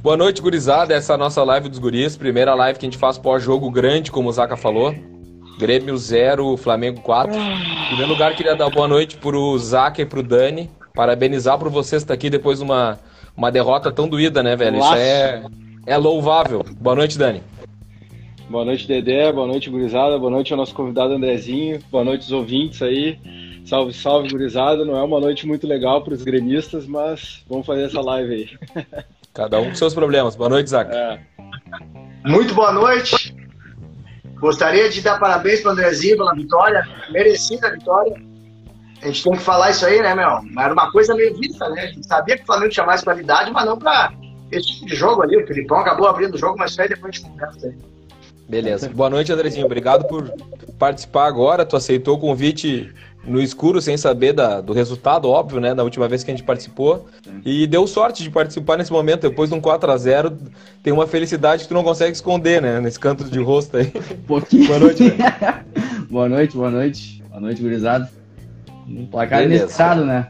Boa noite, gurizada. Essa é a nossa live dos guris. Primeira live que a gente faz pós-jogo grande, como o Zaca falou. Grêmio 0, Flamengo 4. Em primeiro lugar, queria dar boa noite pro Zaca e pro Dani. Parabenizar por vocês estar aqui depois de uma derrota tão doída, né, velho? Isso é louvável. Boa noite, Dani. Boa noite, Dedé. Boa noite, gurizada. Boa noite ao nosso convidado Andrezinho. Boa noite aos ouvintes aí. Salve, salve, gurizada. Não é uma noite muito legal para os gremistas, mas vamos fazer essa live aí. Cada um com seus problemas. Boa noite, Zaca. Muito boa noite. Gostaria de dar parabéns para o Andrezinho pela vitória. Merecida a vitória. A gente tem que falar isso aí, né, meu? Era uma coisa meio vista, né? A gente sabia que o Flamengo tinha mais qualidade, mas não para esse tipo de jogo ali. O Filipão acabou abrindo o jogo, mas só aí depois a gente conversa aí. Beleza. Boa noite, Andrezinho. Obrigado por participar agora. Tu aceitou o convite no escuro, sem saber do resultado, óbvio, né? Da última vez que a gente participou. E deu sorte de participar nesse momento. Depois de um 4-0, tem uma felicidade que tu não consegue esconder, né? Nesse canto de rosto aí. Pouquinho. Boa noite, velho. Boa noite. Boa noite, gurizada. Um placar Beleza. inesperado, né?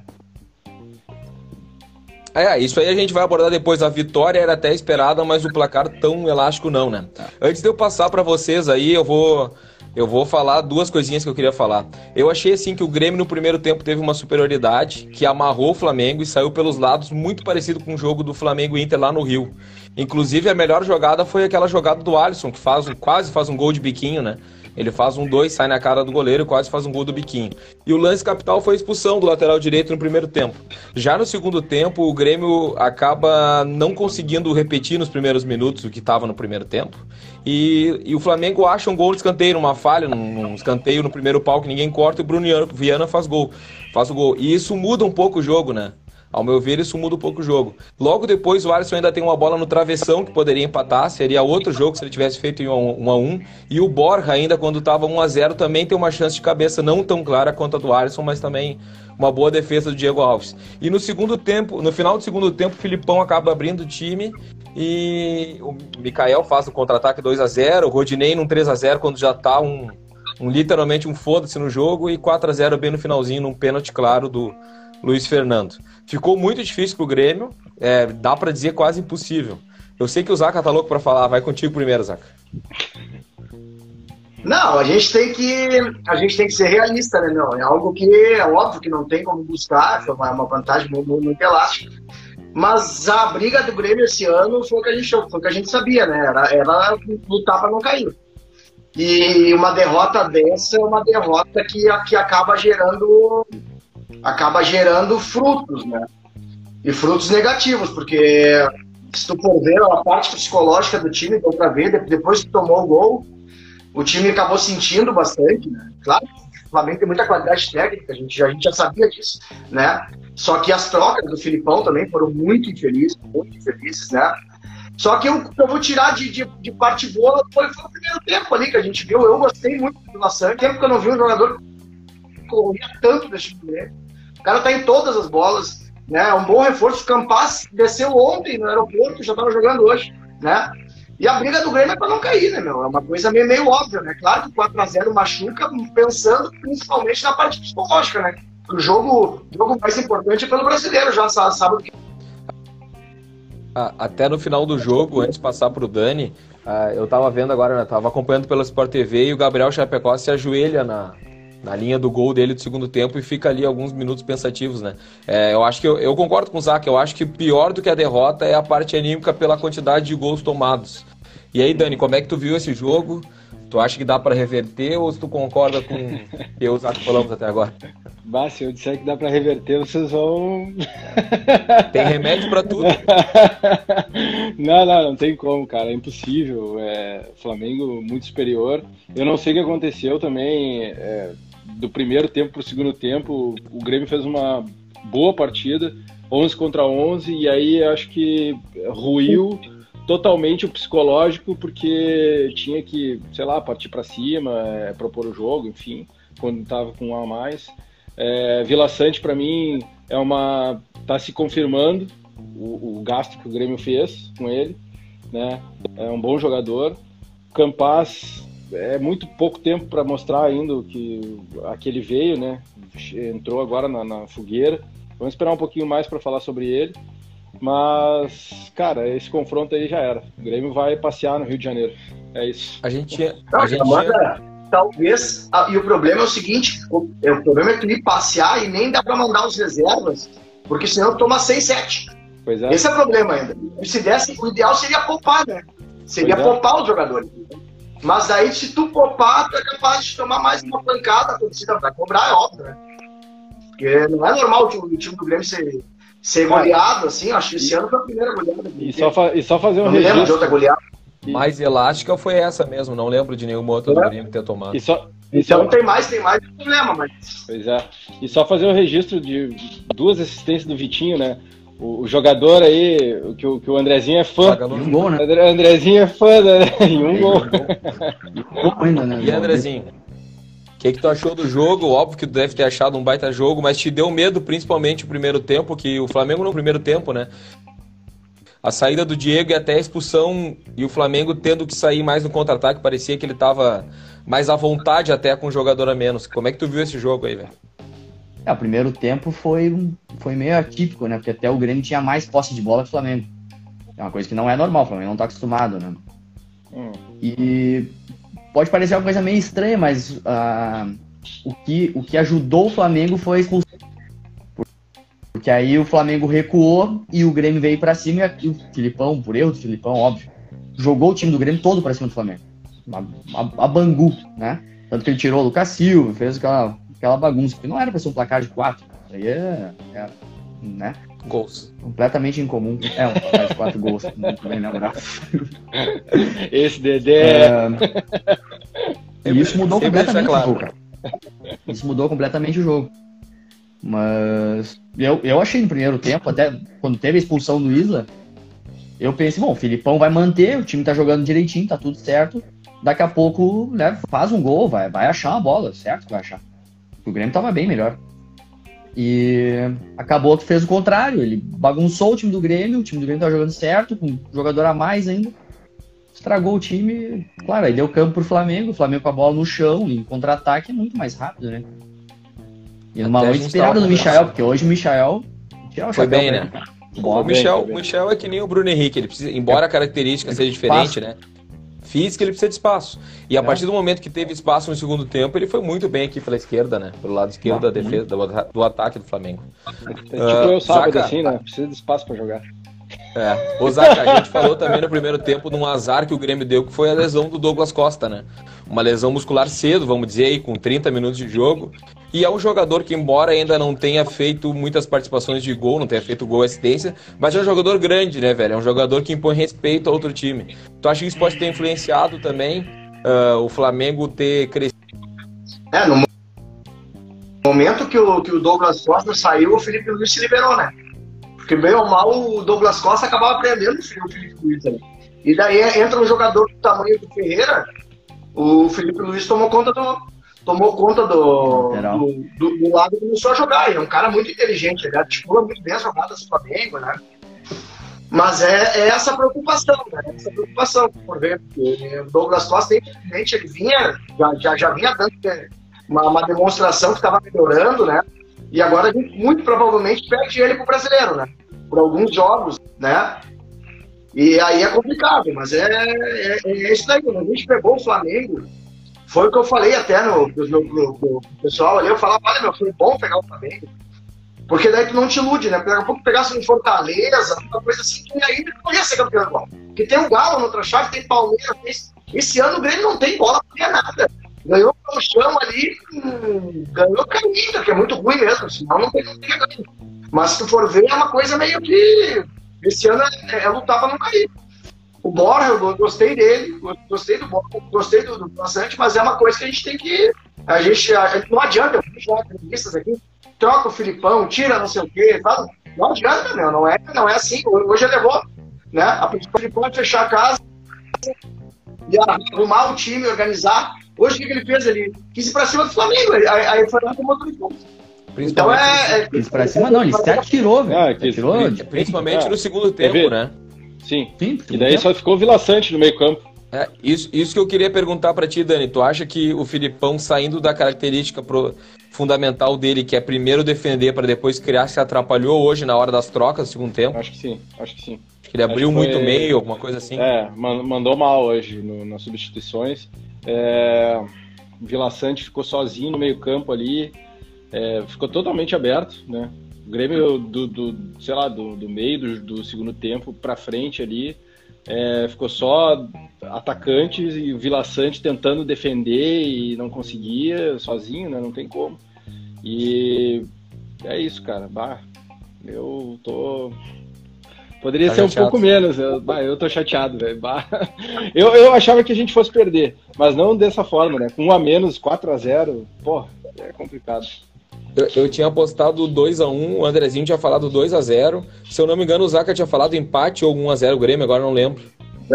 Isso aí a gente vai abordar depois. A vitória era até esperada, mas o placar tão elástico não, né? Antes de eu passar pra vocês aí, eu vou falar duas coisinhas que eu queria falar. Eu achei assim que o Grêmio no primeiro tempo teve uma superioridade, que amarrou o Flamengo e saiu pelos lados, muito parecido com o jogo do Flamengo e Inter lá no Rio. Inclusive a melhor jogada foi aquela jogada do Alisson, que quase faz um gol de biquinho, né? Ele faz 1-2, sai na cara do goleiro e quase faz um gol do biquinho. E o lance capital foi a expulsão do lateral direito no primeiro tempo. Já no segundo tempo, o Grêmio acaba não conseguindo repetir nos primeiros minutos o que estava no primeiro tempo. E o Flamengo acha um gol no escanteio, numa falha, num escanteio no primeiro pau que ninguém corta, e o Bruno Viana faz o gol. E isso muda um pouco o jogo, né? Ao meu ver, isso muda um pouco o jogo. Logo depois, o Alisson ainda tem uma bola no travessão que poderia empatar. Seria outro jogo se ele tivesse feito em 1-1. E o Borja, ainda quando estava 1-0, também tem uma chance de cabeça não tão clara quanto a do Alisson, mas também uma boa defesa do Diego Alves. E no final do segundo tempo, o Filipão acaba abrindo o time e o Mikael faz o contra-ataque 2-0, o Rodinei num 3-0 quando já está literalmente um foda-se no jogo, e 4-0 bem no finalzinho, num pênalti claro do Luiz Fernando. Ficou muito difícil pro Grêmio, dá pra dizer quase impossível. Eu sei que o Zaca tá louco pra falar, vai contigo primeiro, Zaca. Não, a gente tem que ser realista, né, meu? É algo que é óbvio que não tem como buscar, foi uma vantagem muito elástica. Mas a briga do Grêmio esse ano foi o que a gente sabia, né? Era lutar pra não cair. E uma derrota dessa é uma derrota que acaba gerando frutos, né? E frutos negativos, porque se tu for ver a parte psicológica do time, deu pra ver, depois que tomou o gol, o time acabou sentindo bastante, né? Claro que o Flamengo tem muita qualidade técnica, a gente já sabia disso, né? Só que as trocas do Filipão também foram muito infelizes, né? Só que eu vou tirar de parte boa foi o primeiro tempo ali que a gente viu. Eu gostei muito do Laçan, tempo que eu não vi um jogador que corria tanto desse time. O cara tá em todas as bolas, né? É um bom reforço. O Campas desceu ontem no aeroporto, já tava jogando hoje, né? E a briga do Grêmio é pra não cair, né, meu? É uma coisa meio óbvia, né? Claro que o 4-0 machuca, pensando principalmente na parte psicológica, né? O jogo mais importante é pelo brasileiro, já sabe o que. Até no final do jogo, antes de passar pro Dani, eu tava vendo agora, né? Tava acompanhando pela Sport TV e o Gabriel Chapecó se ajoelha na linha do gol dele do segundo tempo e fica ali alguns minutos pensativos, né? Eu acho que eu concordo com o Zac, eu acho que pior do que a derrota é a parte anímica pela quantidade de gols tomados. E aí, Dani, como é que tu viu esse jogo? Tu acha que dá pra reverter ou tu concorda com o que eu e o Zac falamos até agora? Bah, se eu disser que dá pra reverter, vocês vão... Tem remédio pra tudo. Não tem como, cara, é impossível. Flamengo muito superior. Eu não sei o que aconteceu também, do primeiro tempo pro segundo tempo, o Grêmio fez uma boa partida, 11 contra 11, e aí acho que ruiu totalmente o psicológico, porque tinha que, sei lá, partir para cima, propor o jogo, enfim, quando tava com um a mais. Vila Sante, para mim, tá se confirmando o gasto que o Grêmio fez com ele, né? É um bom jogador. Campas, é muito pouco tempo para mostrar ainda que ele veio, né? Entrou agora na fogueira. Vamos esperar um pouquinho mais para falar sobre ele. Mas, cara, esse confronto aí já era. O Grêmio vai passear no Rio de Janeiro. É isso. A gente tinha. Talvez. E o problema é o seguinte: o problema é que ele passear e nem dá pra mandar os reservas, porque senão toma 6-7. Pois é. Esse é o problema ainda. E se desse, o ideal seria poupar, né? Seria poupar os jogadores. Mas daí, se tu poupar, tu é capaz de tomar mais uma pancada, a torcida vai cobrar, é óbvio, né? Porque não é normal o time do Grêmio ser goleado, assim. Acho que esse ano foi a primeira goleada. E só fazer um não registro. Não lembro de outra goleada. Mais elástica foi essa mesmo, não lembro de nenhuma outra do Grêmio ter tomado. Então tem mais problema, mas... Pois é. E só fazer um registro de 2 assistências do Vitinho, né? O jogador aí, que o Andrezinho é fã. E um gol, né? O Andrezinho é fã, né? E um gol. Ainda, né? E Andrezinho, o que tu achou do jogo? Óbvio que tu deve ter achado um baita jogo, mas te deu medo, principalmente o primeiro tempo, que o Flamengo no primeiro tempo, né? A saída do Diego e até a expulsão, e o Flamengo tendo que sair mais no contra-ataque, parecia que ele tava mais à vontade até com um jogador a menos. Como é que tu viu esse jogo aí, velho? O primeiro tempo foi meio atípico, né? Porque até o Grêmio tinha mais posse de bola que o Flamengo. É uma coisa que não é normal, o Flamengo não tá acostumado, né? E pode parecer uma coisa meio estranha, mas o que ajudou o Flamengo foi a expulsão. Porque aí o Flamengo recuou e o Grêmio veio pra cima e o Filipão, por erro do Filipão, óbvio, jogou o time do Grêmio todo pra cima do Flamengo. A Bangu, né? Tanto que ele tirou o Lucas Silva, fez aquela bagunça, que não era pra ser um placar de 4. Isso aí né? Gols. Completamente incomum. Um placar de 4 gols, muito bem lembrado. Esse Dedé. E isso mudou completamente o jogo, cara. Isso mudou completamente o jogo. Mas eu achei no primeiro tempo, até quando teve a expulsão do Isla, eu pensei, bom, o Filipão vai manter, o time tá jogando direitinho, tá tudo certo. Daqui a pouco, né, faz um gol, vai achar uma bola, certo que vai achar. O Grêmio tava bem melhor. E acabou que fez o contrário, ele bagunçou o time do Grêmio tava jogando certo, com um jogador a mais ainda. Estragou o time, claro, aí deu campo pro Flamengo, o Flamengo com a bola no chão, em contra-ataque é muito mais rápido, né? E numa noite inspirada no Michael, porque hoje o Michael foi bem, né? O Michel é que nem o Bruno Henrique, ele precisa, embora a característica seja diferente, né? Física, ele precisa de espaço. E a partir do momento que teve espaço no segundo tempo, ele foi muito bem aqui pela esquerda, né? Pelo lado esquerdo da defesa, do ataque do Flamengo. Tipo eu sábado, assim, né? Precisa de espaço pra jogar. Ô Zaca, a gente falou também no primeiro tempo de um azar que o Grêmio deu, que foi a lesão do Douglas Costa, né? Uma lesão muscular cedo, vamos dizer, aí, com 30 minutos de jogo. E é um jogador que, embora ainda não tenha feito muitas participações de gol, não tenha feito gol assistência, mas é um jogador grande, né, velho? É um jogador que impõe respeito a outro time. Tu acha que isso pode ter influenciado também o Flamengo ter crescido? No momento que o Douglas Costa saiu, o Felipe Luiz se liberou, né? Porque bem ou mal o Douglas Costa acabava prendendo o Felipe Luiz ali. E daí entra um jogador do tamanho do Ferreira, o Felipe Luiz tomou conta do lado e começou a jogar. Ele é um cara muito inteligente, ele articula muito bem as jogadas do Flamengo, né? Mas é essa preocupação, né? Essa preocupação, por ver, porque o Douglas Costa, evidentemente, ele já vinha dando uma demonstração que estava melhorando, né? E agora a gente muito provavelmente perde ele pro brasileiro, né? Por alguns jogos, né? E aí é complicado, mas é isso daí. Quando a gente pegou o Flamengo, foi o que eu falei até pro pessoal ali, eu falava, olha, foi bom pegar o Flamengo. Porque daí tu não te ilude, né? Daqui a pouco pegasse um Fortaleza, uma coisa assim, que aí não ia ser campeão igual. Porque tem o Galo na outra chave, tem Palmeiras, esse ano o Grêmio não tem bola pra ganhar nada. Ganhou pelo chão ali, ganhou caindo, que é muito ruim mesmo, senão não tem ganho. Mas se tu for ver, é uma coisa meio que esse ano é lutar pra não cair. O Borja, eu gostei dele, gostei do Borja, gostei do bastante, mas é uma coisa que a gente tem que. A gente não adianta, eu fiz lá entrevistas aqui, troca o Filipão, tira não sei o quê, fala, não adianta, meu, não é assim. Hoje ele levou, né? A principal pode fechar a casa e arrumar o time, organizar. Hoje o que ele fez? Ele quis ir pra cima do Flamengo, aí foi lá com o motor de ponto. Então quis pra cima não, ele se atirou, velho. Principalmente no segundo tempo, né? Sim. E daí só ficou o Vila Sante no meio campo. Isso que eu queria perguntar pra ti, Dani. Tu acha que o Filipão, saindo da característica fundamental dele, que é primeiro defender para depois criar, se atrapalhou hoje na hora das trocas, no segundo tempo? Acho que sim. Acho que ele abriu muito o meio, alguma coisa assim. Mandou mal hoje nas substituições. Vila Sante ficou sozinho no meio campo ali, ficou totalmente aberto, né? O Grêmio do meio do segundo tempo para frente ali, ficou só atacantes e o Vila Sante tentando defender e não conseguia sozinho, né? Não tem como. E é isso, cara. Eu tô... Poderia ser chateado. Um pouco menos. Eu tô chateado, velho. Eu achava que a gente fosse perder, mas não dessa forma, né? Com 1 a menos, 4-0, pô, é complicado. Eu tinha apostado 2-1, o Andrezinho tinha falado 2-0. Se eu não me engano, o Zaca tinha falado empate ou 1-0 o Grêmio, agora não lembro.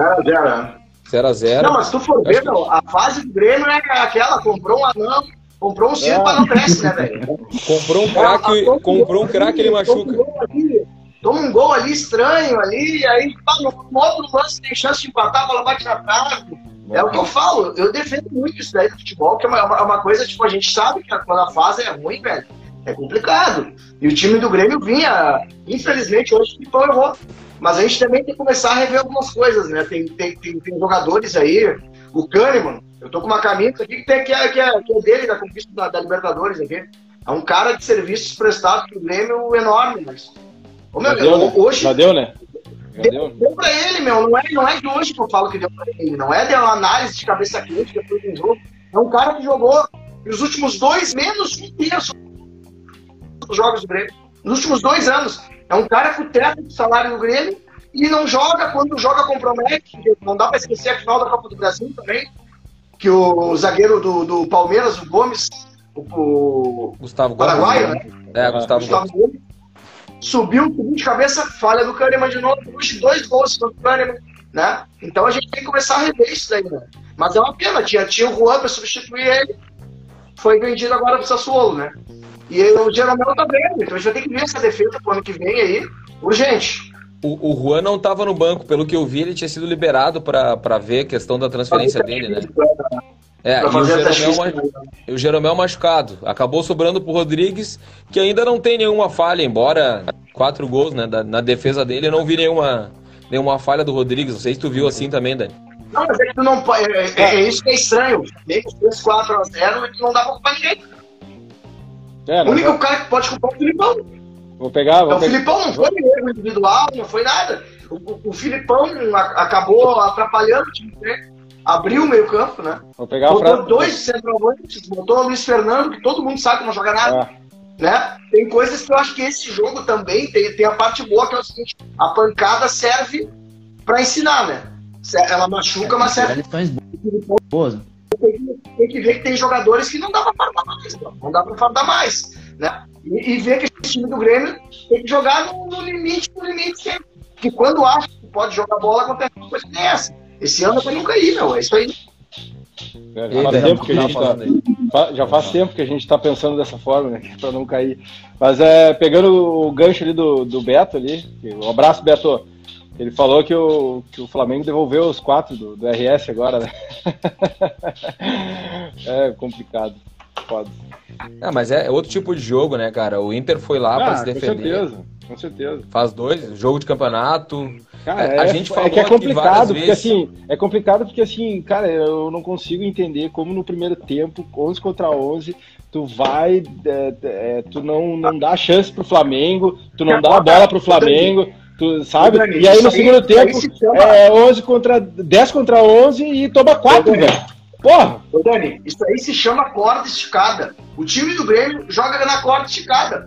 0-0. Não, mas se tu for ver, a fase do Grêmio é aquela, comprou um anão, comprou um circo para não cresce, né, velho? Comprou um craque, ele machuca. Toma um gol ali estranho ali, e aí no outro lance tem chance de empatar, a bola bate na trave. É o que eu falo, eu defendo muito isso daí do futebol, que é uma coisa, tipo, a gente sabe que quando a fase é ruim, velho, é complicado. E o time do Grêmio vinha, infelizmente, hoje o Filipão errou. Mas a gente também tem que começar a rever algumas coisas, né? Tem jogadores aí, o Kahneman, eu tô com uma camisa aqui que é dele, da conquista da Libertadores aqui. É um cara de serviços prestados pro Grêmio enorme, mas... Hoje... Já deu, né? Deu pra ele, meu. Não é de hoje que eu falo que deu pra ele. Não é de uma análise de cabeça quente depois do jogo. É um cara que jogou nos últimos 2, menos um terço dos jogos do Grêmio. Nos últimos 2 anos. É um cara com o teto de salário do Grêmio e não joga. Quando joga, compromete. Não dá pra esquecer a final da Copa do Brasil também. Que o zagueiro do Palmeiras, o Gomes, o Gustavo Paraguaio, Gomes, né? Gustavo Gomes. Subiu de cabeça, falha do Kahneman de novo, puxa 2 gols do Kahneman, né? Então a gente tem que começar a rever isso daí, né? Mas é uma pena, tinha o Juan para substituir ele, foi vendido agora pro Sassuolo, né? E o Jeromel tá vendo, então a gente vai ter que ver essa defesa pro ano que vem aí, urgente. O Juan não tava no banco, pelo que eu vi, ele tinha sido liberado para ver a questão da transferência dele, né? E o Jeromel machucado. Acabou sobrando pro Rodrigues, que ainda não tem nenhuma falha, embora 4 gols, né, na defesa dele. Eu não vi nenhuma falha do Rodrigues. Não sei se tu viu assim também, Dani. Não, mas é que tu não pode. É isso que é estranho. Mesmo 3-4-0, não dá pra culpar ninguém. O único cara que pode culpar é o Filipão. Vou pegar. O Filipão não foi erro individual, não foi nada. O Filipão acabou atrapalhando o time dele. Abriu o meio campo, né? Vou pegar botou 2 centroavantes, botou o Luiz Fernando, que todo mundo sabe que não joga nada. Né? Tem coisas que eu acho que esse jogo também tem a parte boa, que é o seguinte: a pancada serve pra ensinar, né? Ela machuca, mas serve. Tem que ver que tem jogadores que não dá pra fardar mais, não dá pra fardar mais, né? E ver que esse time do Grêmio tem que jogar no limite sempre. Porque quando acha que pode jogar bola, acontece uma coisa que nem essa. Esse ano é pra não cair, meu. É isso aí. Já faz tempo que a gente tá pensando dessa forma, né? Pra não cair. Mas pegando o gancho ali do Beto ali, um abraço, Beto. Ele falou que o Flamengo devolveu os 4 do RS agora, né? É complicado. Foda. Mas é outro tipo de jogo, né, cara? O Inter foi lá pra se defender. Com certeza. Faz 2, jogo de campeonato. Cara, a gente falou que é complicado, porque assim, cara, eu não consigo entender como no primeiro tempo, 11 contra 11, tu não dá chance pro Flamengo, tu não dá a bola pro Flamengo, tu sabe? E aí no segundo tempo, 10 contra 11 e toma 4, velho. Porra! Ô Dani, isso aí se chama corda esticada. O time do Grêmio joga na corda esticada.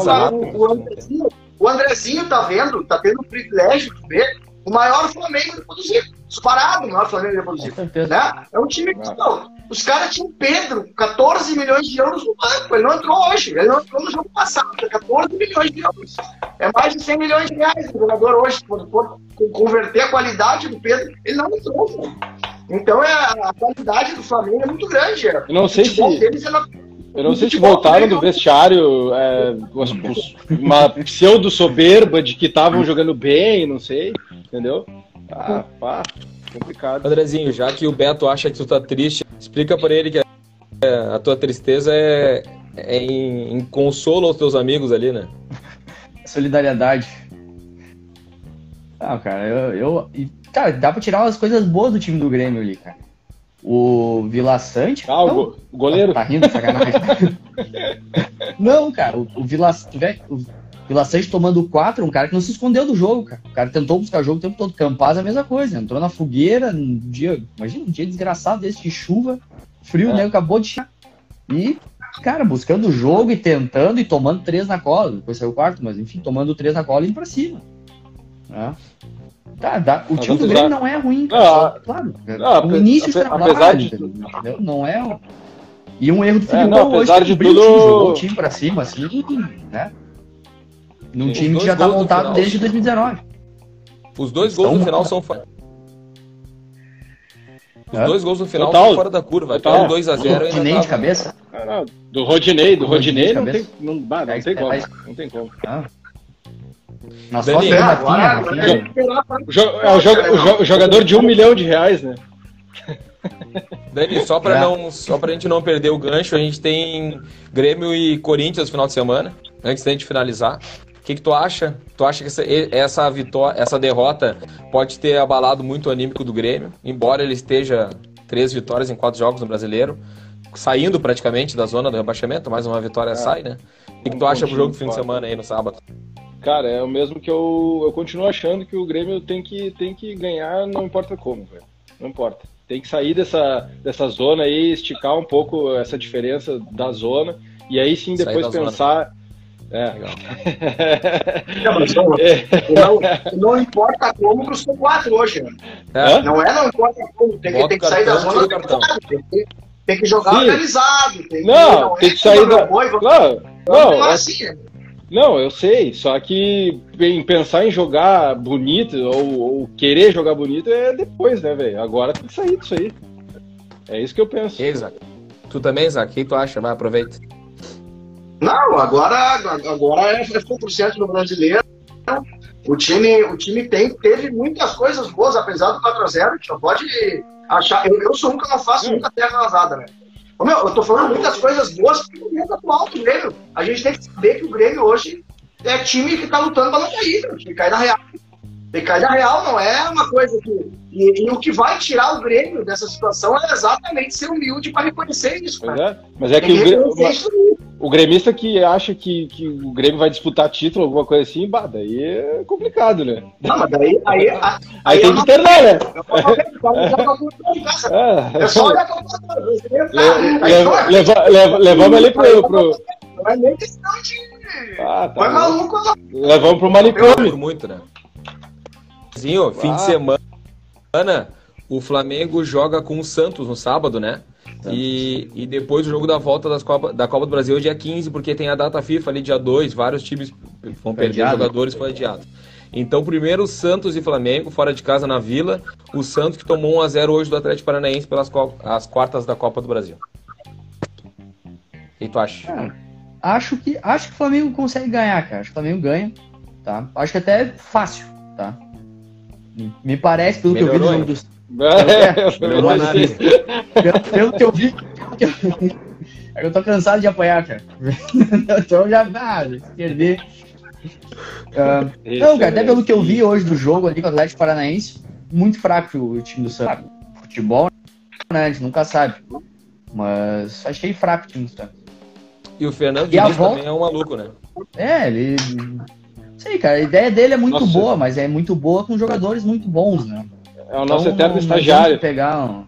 O Andrezinho tá tendo o privilégio de ver o maior Flamengo de produzir. Disparado o maior Flamengo de produzir. Né? É um time que os caras tinham Pedro, 14 milhões de euros no banco. Ele não entrou hoje, ele não entrou no jogo passado. 14 milhões de euros. É mais de 100 milhões de reais o jogador hoje. Quando for converter a qualidade do Pedro, ele não entrou. Então a qualidade do Flamengo é muito grande. Eu não sei se voltaram do vestiário uma pseudo soberba de que estavam jogando bem, não sei, entendeu? Complicado. Andrezinho, já que o Beto acha que tu tá triste, explica pra ele que a tua tristeza é em consolo aos teus amigos ali, né? Solidariedade. Ah, cara, cara, dá pra tirar umas coisas boas do time do Grêmio ali, cara. O Vila Sante... o goleiro. Tá rindo, sacanagem. Não, cara, o Vila Sante tomando 4, um cara que não se escondeu do jogo, cara. O cara tentou buscar o jogo o tempo todo. Campaz a mesma coisa, entrou na fogueira num dia... Imagina, um dia desgraçado desse de chuva, frio, né? Acabou de chegar. E, cara, buscando o jogo e tentando e tomando 3 na cola. Depois saiu o quarto, mas enfim, tomando 3 na cola e indo pra cima. Tá, o time do Grêmio não é ruim, cara. Claro. O início de trabalho, entendeu? Não é. E um erro do Filipão hoje que jogou o time pra cima, assim, né? Num time que já tá montado desde 2019. Os 2 gols no final são fora. Os 2 gols no final são fora da curva. Até o 2-0 ainda Rodinei de cabeça? Não, do Rodinei não tem como. Não tem como. Nas Dani, costas do Rafinha. O jogador de R$1 milhão, né? Dani, só pra gente não perder o gancho, a gente tem Grêmio e Corinthians no final de semana, antes da gente finalizar. O que tu acha? Tu acha que essa derrota pode ter abalado muito o anímico do Grêmio, embora ele esteja 3 vitórias em 4 jogos no Brasileiro, saindo praticamente da zona do rebaixamento, mais uma vitória sai, né? O que tu acha pro jogo do fim de semana aí no sábado? Cara, é o mesmo que eu continuo achando que o Grêmio tem que ganhar, não importa como, velho. Não importa. Tem que sair dessa zona aí, esticar um pouco essa diferença da zona, e aí sim depois pensar... Não importa como, custou 4 hoje. Né? Não importa como, tem que sair da zona. Tem que jogar organizado. Tem que sair da... Assim, né? Não, eu sei, só que pensar em jogar bonito ou querer jogar bonito é depois, né, velho? Agora tem que sair disso aí. É isso que eu penso. Isaac. Tu também, Isaac? O que tu acha? Vai, aproveita. Não, agora é 100% no brasileiro. O time teve muitas coisas boas, apesar do 4-0. A gente não pode achar... Eu sou um que não faço nunca terra arrasada, né? Eu tô falando muitas coisas boas porque o momento atual do Grêmio. A gente tem que saber que o Grêmio hoje é time que tá lutando pra não cair, né? Tem que cair na real. Tem que cair na real, não é uma coisa que... E o que vai tirar o Grêmio dessa situação é exatamente ser humilde para reconhecer isso. Mas é que o gremista que acha que o Grêmio vai disputar título, alguma coisa assim, daí é complicado, né? Não, mas daí tem que internar, né? É só olhar pra levamos ali pro... Não é nem questão de... Vai maluco lá. Levamos pro manicômio. Por muito, né? Fim de semana, o Flamengo joga com o Santos no sábado, né? E depois o jogo da volta da Copa do Brasil é dia 15, porque tem a data FIFA ali, dia 2, vários times vão perder jogadores, foi adiado. Então, primeiro Santos e Flamengo, fora de casa na Vila, o Santos que tomou 1-0 hoje do Atlético Paranaense pelas as quartas da Copa do Brasil. O que tu acha? Acho que o Flamengo consegue ganhar, cara. Acho que o Flamengo ganha, tá? Acho que até é fácil, tá? Me parece, pelo que eu vi do jogo dos... Pelo que eu vi... Eu tô cansado de apanhar, cara. Então já... perder... não, cara, até pelo que eu vi hoje do jogo ali com o Atlético Paranaense, muito fraco o time do Santos. Futebol, né? A gente nunca sabe. Mas achei fraco o time do Santos. E o Fernando Diniz também é um maluco, né? Ele... Sei, cara, a ideia dele é muito boa, mas é muito boa com jogadores muito bons, né? É o nosso eterno estagiário. Pegar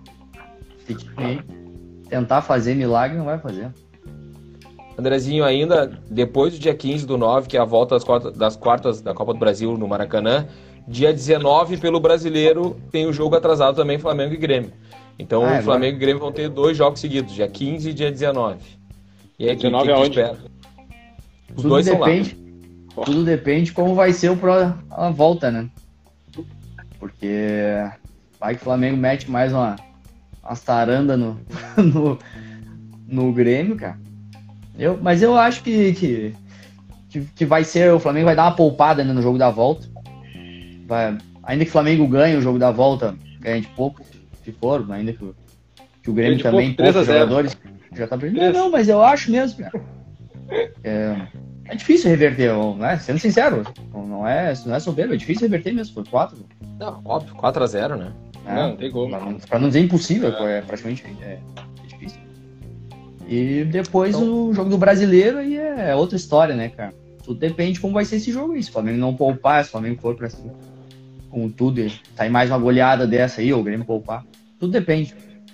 tentar fazer milagre, não vai fazer. Andrezinho, ainda depois do dia 15/9, que é a volta das quartas da Copa do Brasil no Maracanã, dia 19 pelo Brasileiro tem o jogo atrasado também, Flamengo e Grêmio. Então o Flamengo e Grêmio vão ter 2 jogos seguidos, dia 15 e dia 19. E aí, 19 que espera? Os dois são lá. Tudo depende como vai ser a volta, né? Porque vai que o Flamengo mete mais umas tarandas no Grêmio, cara. Mas eu acho que vai ser, o Flamengo vai dar uma poupada, né, no jogo da volta. Ainda que o Flamengo ganhe o jogo da volta, ganha de pouco, se for, ainda que o Grêmio também, poucos jogadores. Já tá brilhando. Não, mas eu acho mesmo, cara. É difícil reverter, né? Sendo sincero, não é soberbo, é difícil reverter mesmo, foi 4. Não, óbvio, 4-0, né? Não tem como. Pra não dizer impossível, praticamente difícil. E depois o jogo do Brasileiro aí é outra história, né, cara? Tudo depende de como vai ser esse jogo aí. Se o Flamengo não poupar, se o Flamengo for pra cima com tudo, e sair mais uma goleada dessa aí, ou o Grêmio poupar. Tudo depende.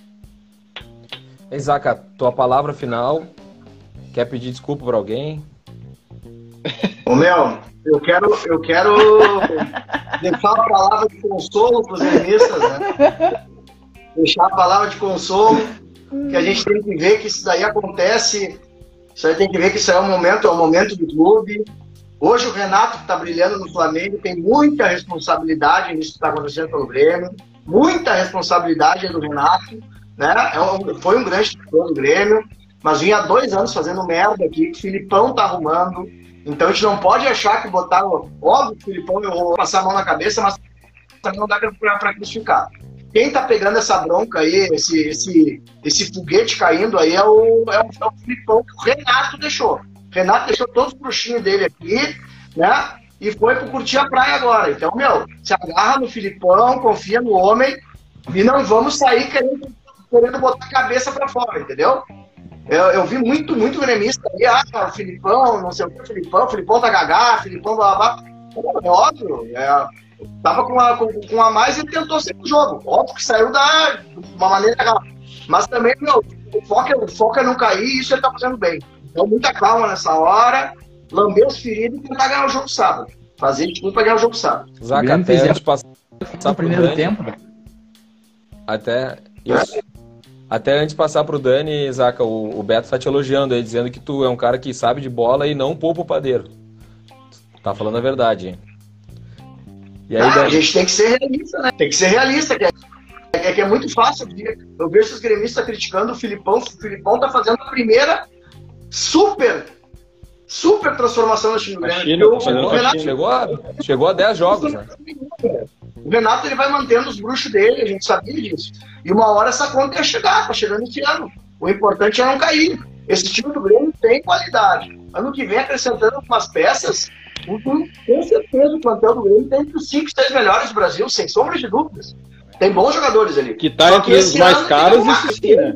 Zaca, tua palavra final. Quer pedir desculpa pra alguém? Ô, meu, eu quero deixar a palavra de consolo para os gremistas, né? Deixar a palavra de consolo, que a gente tem que ver que isso daí acontece, isso aí tem que ver que isso aí é um momento do clube. Hoje o Renato, que está brilhando no Flamengo, tem muita responsabilidade nisso que está acontecendo pelo Grêmio, muita responsabilidade do Renato, né? Foi um grande treinador do Grêmio, mas vinha há 2 anos fazendo merda aqui, que o Filipão tá arrumando. Então a gente não pode achar que botar, óbvio que o Filipão, eu vou passar a mão na cabeça, mas também não dá para crucificar. Quem tá pegando essa bronca aí, esse foguete caindo aí é o Filipão que o Renato deixou. O Renato deixou todos os bruxinhos dele aqui, né? E foi pro curtir a praia agora. Então, meu, se agarra no Filipão, confia no homem e não vamos sair querendo botar a cabeça para fora, entendeu? Eu vi muito gremista aí, o Filipão, não sei o que, o Filipão tá gagá, o Filipão blá blá. É óbvio, tava com a mais e tentou ser o jogo. Óbvio que saiu de uma maneira errada. Mas também, meu, o foco é não cair e isso ele tá fazendo bem. Então, muita calma nessa hora, lamber os feridos e tentar ganhar o jogo sábado. Fazer de tudo pra ganhar o jogo sábado. Zaca, até antes de passar no primeiro tempo. Até antes de passar pro Dani, Zaca, o Beto tá te elogiando aí, dizendo que tu é um cara que sabe de bola e não poupa o padeiro. Tá falando a verdade, hein? E aí, A gente tem que ser realista, né? Tem que ser realista, que é muito fácil. Eu vejo os gremistas criticando o Filipão. O Filipão tá fazendo a primeira super transformação no time do Grêmio. Chegou a 10 jogos, né? O Renato ele vai mantendo os bruxos dele, a gente sabia disso. E uma hora essa conta ia chegar, tá chegando esse ano. O importante é não cair. Esse time do Grêmio tem qualidade. Ano que vem, acrescentando umas peças, com certeza o plantel do Grêmio tem entre os 5, 6 melhores do Brasil, sem sombra de dúvidas. Tem bons jogadores ali. Que tá entre os mais caros, isso sim, né?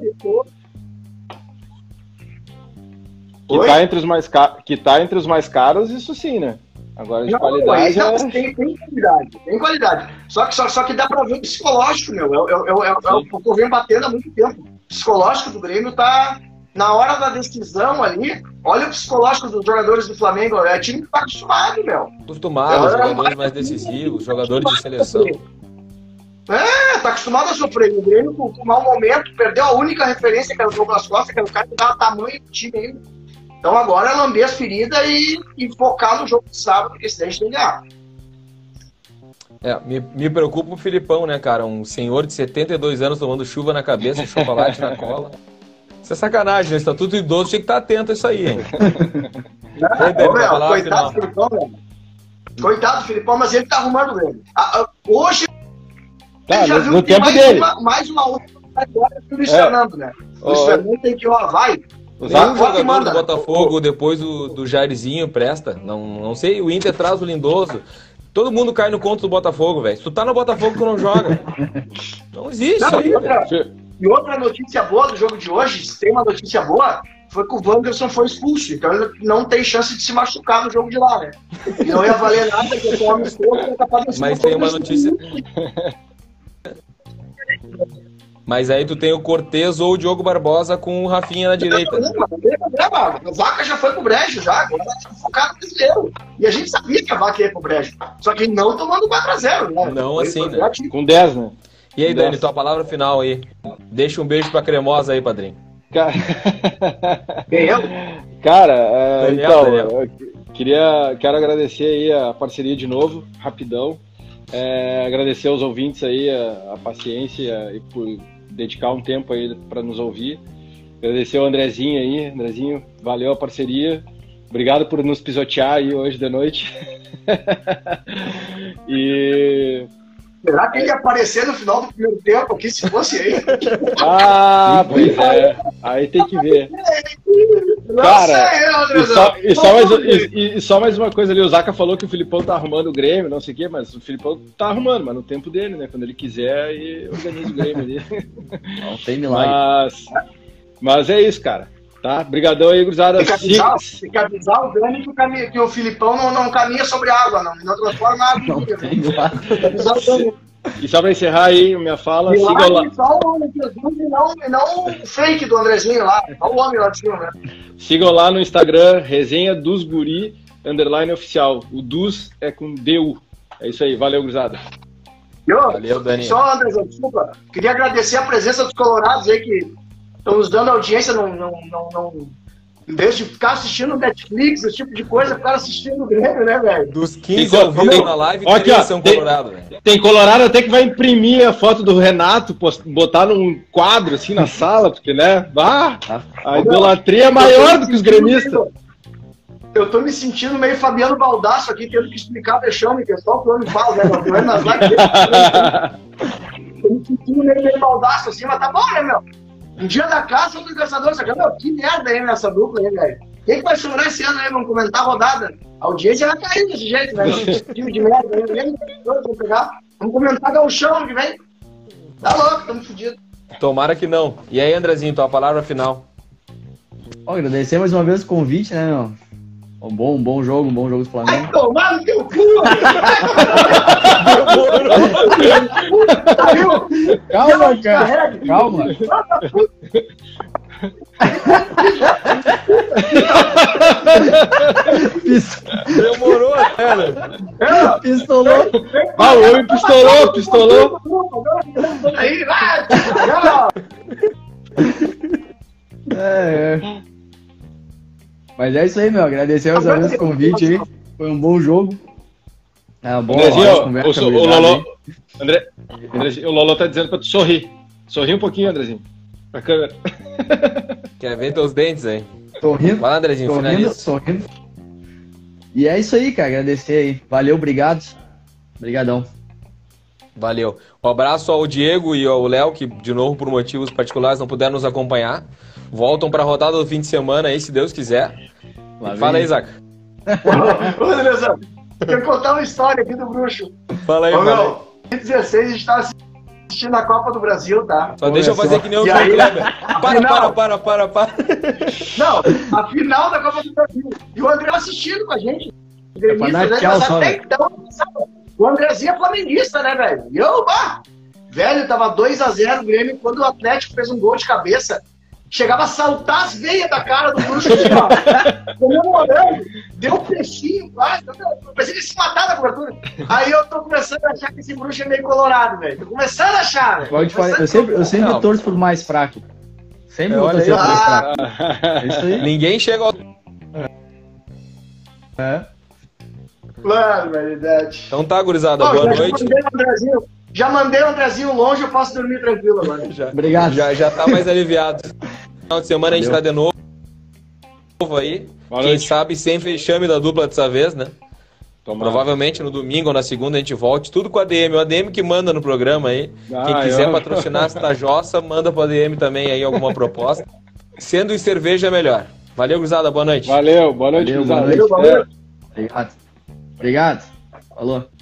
Que tá entre os mais caros, isso sim, né? Agora de qualidade. Tem qualidade. Só que dá pra ver o psicológico, meu. Eu venho batendo há muito tempo. O psicológico do Grêmio tá na hora da decisão ali. Olha o psicológico dos jogadores do Flamengo. É time que tá acostumado, meu. Jogadores mais decisivos, jogadores de seleção. Tá acostumado a sofrer. O Grêmio, com um mau momento, perdeu a única referência que era o Douglas Costa, que era o cara que dava tamanho do time ainda. Então agora é lamber as feridas e focar no jogo de sábado, porque esse daí a gente tem que ganhar. Me preocupa o Filipão, né, cara? Um senhor de 72 anos tomando chuva na cabeça e chocolate na cola. Isso é sacanagem, né? Estatuto idoso tinha que estar atento a isso aí, hein? Coitado do Filipão, velho. Coitado do Filipão, mas ele tá arrumando o Grêmio. Hoje, ele já viu no que tem tempo dele. mais uma outra agora que o Luiz Fernando, né? O Luiz Fernando tem que, vai. Nenhum jogador do Botafogo, depois do Jairzinho, presta. Não sei, o Inter traz o Lindoso. Todo mundo cai no conto do Botafogo, velho. Se tu tá no Botafogo, tu não joga. Não existe isso aí, E outra notícia boa do jogo de hoje, se tem uma notícia boa, foi que o Wanderson foi expulso. Então ele não tem chance de se machucar no jogo de lá, né? E não ia valer nada que eu tome expulso. Mas tem uma notícia... Mas aí tu tem o Cortez ou o Diogo Barbosa com o Rafinha na direita. Não tem problema. A Vaca já foi pro brejo, já. Agora tá focado no brasileiro. E a gente sabia que a Vaca ia pro brejo. Só que não tomando 4-0, né? Não assim, né? Com 10, né? E aí, Dani, tua palavra final aí. Deixa um beijo pra Cremosa aí, padrinho. Quem eu? Cara, Daniel. Eu quero agradecer aí a parceria de novo, rapidão. Agradecer aos ouvintes aí a paciência e por dedicar um tempo aí para nos ouvir. Agradecer ao Andrezinho aí. Andrezinho, valeu a parceria. Obrigado por nos pisotear aí hoje de noite. E Será que ele ia aparecer no final do primeiro tempo aqui, se fosse aí? Ah, pois é. Aí tem que ver. Cara, e só mais uma coisa ali, o Zaca falou que o Filipão tá arrumando o Grêmio, não sei o quê, mas o Filipão tá arrumando, mas no tempo dele, né? Quando ele quiser, ele organiza o Grêmio ali. Não tem milagre. Mas é isso, cara. Tá? Brigadão aí, gurizada. Tem que avisar o Grêmio que o Filipão não caminha sobre água, não transforma água em vida. Tem milagre. E só pra encerrar aí minha fala, sigam lá. Só o Jesus e não o fake do Andrezinho lá, só o homem lá de cima, né? Sigam lá no Instagram, resenha dos guri, _oficial. O dos é com DU. É isso aí, valeu, gurizada. Valeu, Dani. Só, Andrezão, desculpa, queria agradecer a presença dos colorados aí que estão nos dando audiência, em vez de ficar assistindo Netflix, esse tipo de coisa, ficaram assistindo o Grêmio, né, velho? Dos 15 ao vivo na live, aqui, ó, são colorado, velho. Tem colorado até que vai imprimir a foto do Renato, botar num quadro assim na sala, porque, né, a idolatria é maior do que os gremistas. Eu tô me sentindo meio Fabiano Baldasso aqui, tendo que explicar vexame, que é só o que o homem fala, né? Nas lives tô me sentindo meio Baldasso assim, mas tá bom, né, meu? Um dia da casa, outro caçador, meu, que merda aí nessa dupla aí, velho. Quem que vai sobrar esse ano aí? Vamos comentar a rodada. A audiência vai cair desse jeito, né? Time de merda aí, vamos pegar. Vamos comentar gauchão que vem. Tá louco, estamos fodidos. Tomara que não. E aí, Andrezinho, tua palavra final. Agradecer mais uma vez o convite, né, meu? Um bom jogo do Flamengo. Vai tomar no teu cu! Calma, cara. Calma. Demorou, cara. Pistolou. O homem pistolou. Aí, vai! Mas é isso aí, meu. Agradecer mais uma vez o convite aí. Foi um bom jogo. O Lolo tá dizendo pra tu sorrir. Sorri um pouquinho, Andrezinho. Pra câmera. Quer ver teus dentes aí? Sorrindo. Vai lá, Andrezinho, finaliza. Sorrindo. E é isso aí, cara. Agradecer aí. Valeu, obrigado. Obrigadão. Valeu. Um abraço ao Diego e ao Léo, que, de novo, por motivos particulares, não puderam nos acompanhar. Voltam pra rodada do fim de semana aí, se Deus quiser. Fala aí, Zaca. Ô, Andrezão, quero contar uma história aqui do Bruxo. Fala aí, Ô, fala aí. meu, em 2016 a gente tava assistindo a Copa do Brasil, tá? Só deixa eu fazer que nem o João Kleber. Para. Não, a final da Copa do Brasil. E o André assistindo com a gente. Mas até então, o Andrezinho é flamenguista, né, velho? E eu, velho, tava 2-0 o Grêmio, quando o Atlético fez um gol de cabeça, chegava a saltar as veias da cara do Bruxo, comemorando, deu um peixinho, eu pensei que ele se matar na cobertura. Aí eu tô começando a achar que esse Bruxo é meio colorado, velho. Tô começando a achar, velho. Eu sempre torço pro mais fraco. Sempre vou torcer pro mais fraco. É isso aí. Ninguém chega ao... Claro, verdade. Então tá, gurizada, boa noite. Já mandei o Andrezinho longe, eu posso dormir tranquilo agora. Obrigado. Já tá mais aliviado. Final de semana a gente tá de novo aí. Quem sabe sem vexame da dupla dessa vez, né? Provavelmente no domingo ou na segunda a gente volte. Tudo com a ADM. O ADM que manda no programa aí. Quem quiser patrocinar esta jossa, manda pro ADM também aí alguma proposta. Sendo em cerveja é melhor. Valeu, gurizada. Boa noite. Valeu, boa noite, gurizada. Obrigado. Falou.